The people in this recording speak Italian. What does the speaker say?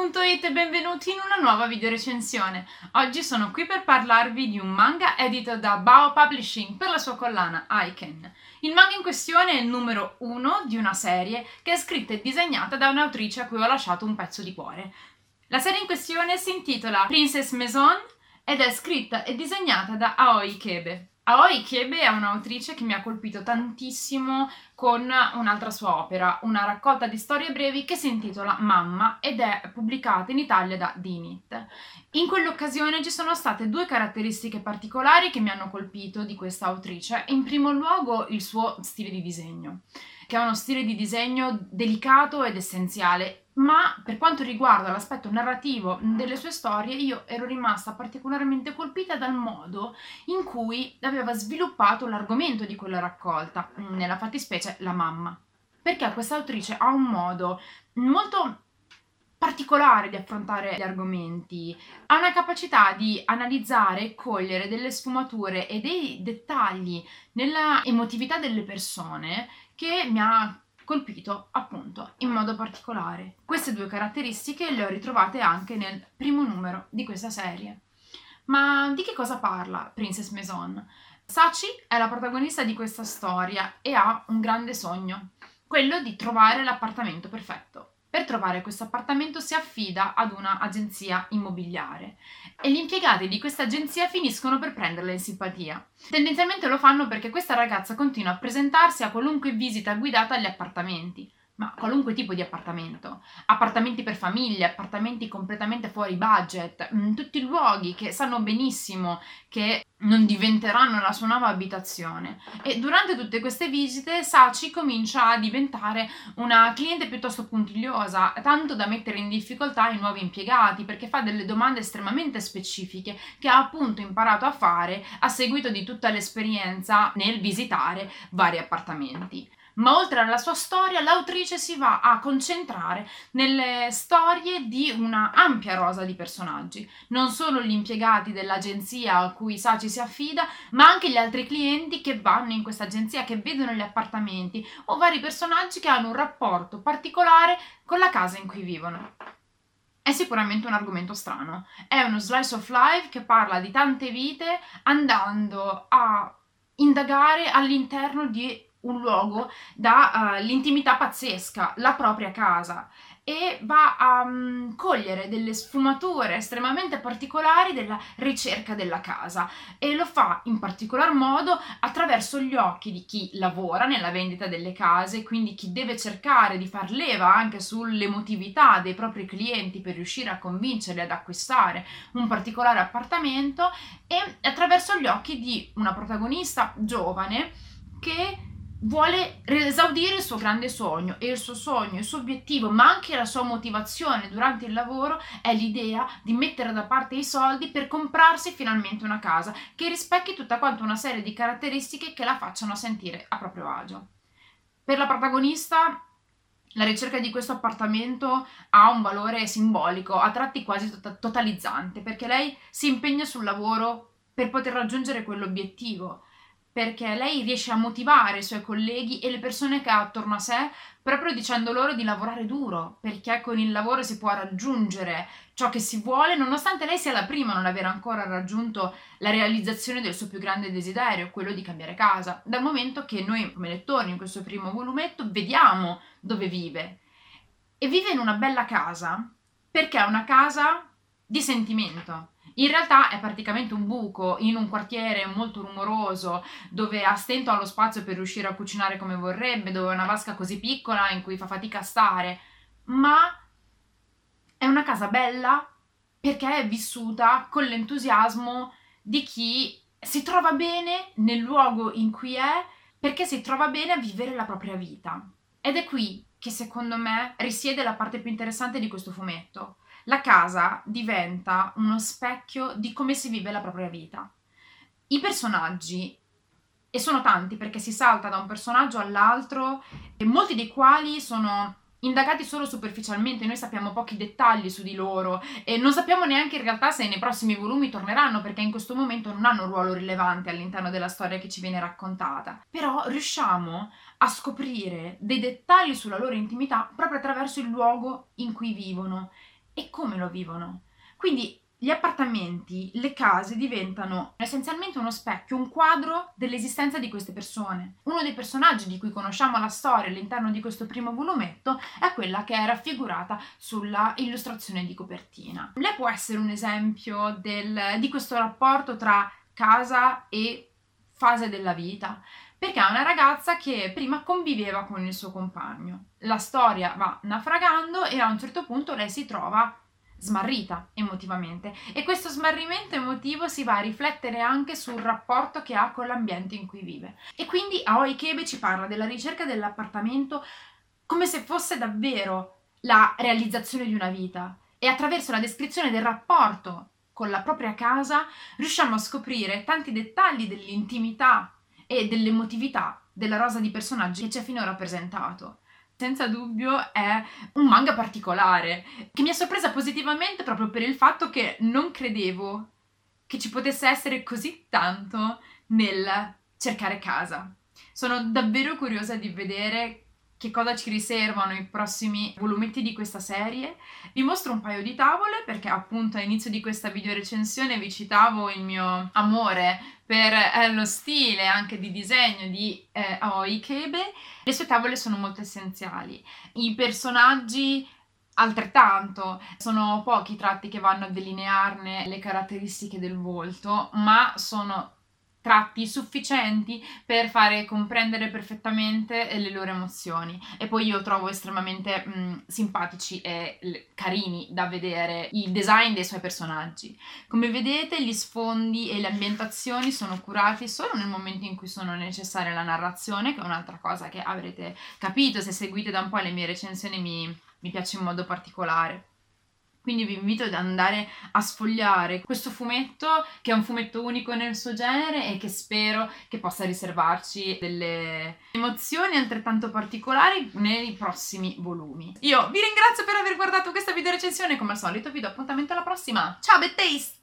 Ciao.it e benvenuti in una nuova video recensione. Oggi sono qui per parlarvi di un manga edito da Bao Publishing per la sua collana Aiken. Il manga in questione è il numero 1 di una serie che è scritta e disegnata da un'autrice a cui ho lasciato un pezzo di cuore. La serie in questione si intitola Princess Maison ed è scritta e disegnata da Aoi Kebe. Aoi Kebe è un'autrice che mi ha colpito tantissimo con un'altra sua opera, una raccolta di storie brevi che si intitola Mamma ed è pubblicata in Italia da Dinit. In quell'occasione ci sono state due caratteristiche particolari che mi hanno colpito di questa autrice. In primo luogo il suo stile di disegno, che è uno stile di disegno delicato ed essenziale, ma per quanto riguarda l'aspetto narrativo delle sue storie io ero rimasta particolarmente colpita dal modo in cui aveva sviluppato l'argomento di quella raccolta, nella fattispecie la mamma, perché questa autrice ha un modo molto particolare di affrontare gli argomenti, ha una capacità di analizzare e cogliere delle sfumature e dei dettagli nella emotività delle persone che mi ha colpito appunto in modo particolare. Queste due caratteristiche le ho ritrovate anche nel primo numero di questa serie. Ma di che cosa parla Princess Maison? Sachi è la protagonista di questa storia e ha un grande sogno, quello di trovare l'appartamento perfetto. Per trovare questo appartamento si affida ad una agenzia immobiliare e gli impiegati di questa agenzia finiscono per prenderla in simpatia. Tendenzialmente lo fanno perché questa ragazza continua a presentarsi a qualunque visita guidata agli appartamenti, ma qualunque tipo di appartamento, appartamenti per famiglie, appartamenti completamente fuori budget, tutti luoghi che sanno benissimo che non diventeranno la sua nuova abitazione. E durante tutte queste visite Sachi comincia a diventare una cliente piuttosto puntigliosa, tanto da mettere in difficoltà i nuovi impiegati, perché fa delle domande estremamente specifiche che ha appunto imparato a fare a seguito di tutta l'esperienza nel visitare vari appartamenti. Ma oltre alla sua storia, l'autrice si va a concentrare nelle storie di una ampia rosa di personaggi, non solo gli impiegati dell'agenzia a cui Sachi si affida, ma anche gli altri clienti che vanno in questa agenzia, che vedono gli appartamenti, o vari personaggi che hanno un rapporto particolare con la casa in cui vivono. È sicuramente un argomento strano, è uno slice of life che parla di tante vite andando a indagare all'interno di un luogo dall'intimità pazzesca, la propria casa, e va a cogliere delle sfumature estremamente particolari della ricerca della casa, e lo fa in particolar modo attraverso gli occhi di chi lavora nella vendita delle case, quindi chi deve cercare di far leva anche sull'emotività dei propri clienti per riuscire a convincerli ad acquistare un particolare appartamento, e attraverso gli occhi di una protagonista giovane che vuole esaudire il suo grande sogno, e il suo sogno, il suo obiettivo, ma anche la sua motivazione durante il lavoro è l'idea di mettere da parte i soldi per comprarsi finalmente una casa che rispecchi tutta quanta una serie di caratteristiche che la facciano sentire a proprio agio. Per la protagonista la ricerca di questo appartamento ha un valore simbolico, a tratti quasi totalizzante, perché lei si impegna sul lavoro per poter raggiungere quell'obiettivo, perché lei riesce a motivare i suoi colleghi e le persone che ha attorno a sé proprio dicendo loro di lavorare duro, perché con il lavoro si può raggiungere ciò che si vuole, nonostante lei sia la prima a non aver ancora raggiunto la realizzazione del suo più grande desiderio, quello di cambiare casa, dal momento che noi come lettori in questo primo volumetto vediamo dove vive. E vive in una bella casa perché è una casa di sentimento. In realtà è praticamente un buco in un quartiere molto rumoroso, dove a stento ha lo spazio per riuscire a cucinare come vorrebbe, dove ha una vasca così piccola in cui fa fatica a stare, ma è una casa bella perché è vissuta con l'entusiasmo di chi si trova bene nel luogo in cui è, perché si trova bene a vivere la propria vita. Ed è qui che secondo me risiede la parte più interessante di questo fumetto. La casa diventa uno specchio di come si vive la propria vita. I personaggi, e sono tanti perché si salta da un personaggio all'altro, e molti dei quali sono indagati solo superficialmente, noi sappiamo pochi dettagli su di loro e non sappiamo neanche in realtà se nei prossimi volumi torneranno, perché in questo momento non hanno un ruolo rilevante all'interno della storia che ci viene raccontata. Però riusciamo a scoprire dei dettagli sulla loro intimità proprio attraverso il luogo in cui vivono e come lo vivono. Quindi gli appartamenti, le case diventano essenzialmente uno specchio, un quadro dell'esistenza di queste persone. Uno dei personaggi di cui conosciamo la storia all'interno di questo primo volumetto è quella che è raffigurata sulla illustrazione di copertina. Lei può essere un esempio di questo rapporto tra casa e fase della vita, perché è una ragazza che prima conviveva con il suo compagno. La storia va naufragando e a un certo punto lei si trova smarrita emotivamente e questo smarrimento emotivo si va a riflettere anche sul rapporto che ha con l'ambiente in cui vive. E quindi Aoi Kebe ci parla della ricerca dell'appartamento come se fosse davvero la realizzazione di una vita, e attraverso la descrizione del rapporto con la propria casa riusciamo a scoprire tanti dettagli dell'intimità e dell'emotività della rosa di personaggi che ci ha finora presentato. Senza dubbio è un manga particolare, che mi ha sorpresa positivamente proprio per il fatto che non credevo che ci potesse essere così tanto nel cercare casa. Sono davvero curiosa di vedere che cosa ci riservano i prossimi volumetti di questa serie. Vi mostro un paio di tavole perché appunto all'inizio di questa video recensione vi citavo il mio amore per lo stile anche di disegno di Aoi Kebe. Le sue tavole sono molto essenziali, i personaggi altrettanto, sono pochi i tratti che vanno a delinearne le caratteristiche del volto, ma sono tratti sufficienti per fare comprendere perfettamente le loro emozioni. E poi io trovo estremamente simpatici e carini da vedere il design dei suoi personaggi. Come vedete, gli sfondi e le ambientazioni sono curati solo nel momento in cui sono necessarie alla narrazione, che è un'altra cosa che avrete capito se seguite da un po' le mie recensioni, mi piace in modo particolare. Quindi vi invito ad andare a sfogliare questo fumetto, che è un fumetto unico nel suo genere e che spero che possa riservarci delle emozioni altrettanto particolari nei prossimi volumi. Io vi ringrazio per aver guardato questa video recensione, come al solito vi do appuntamento alla prossima. Ciao Bad Taste!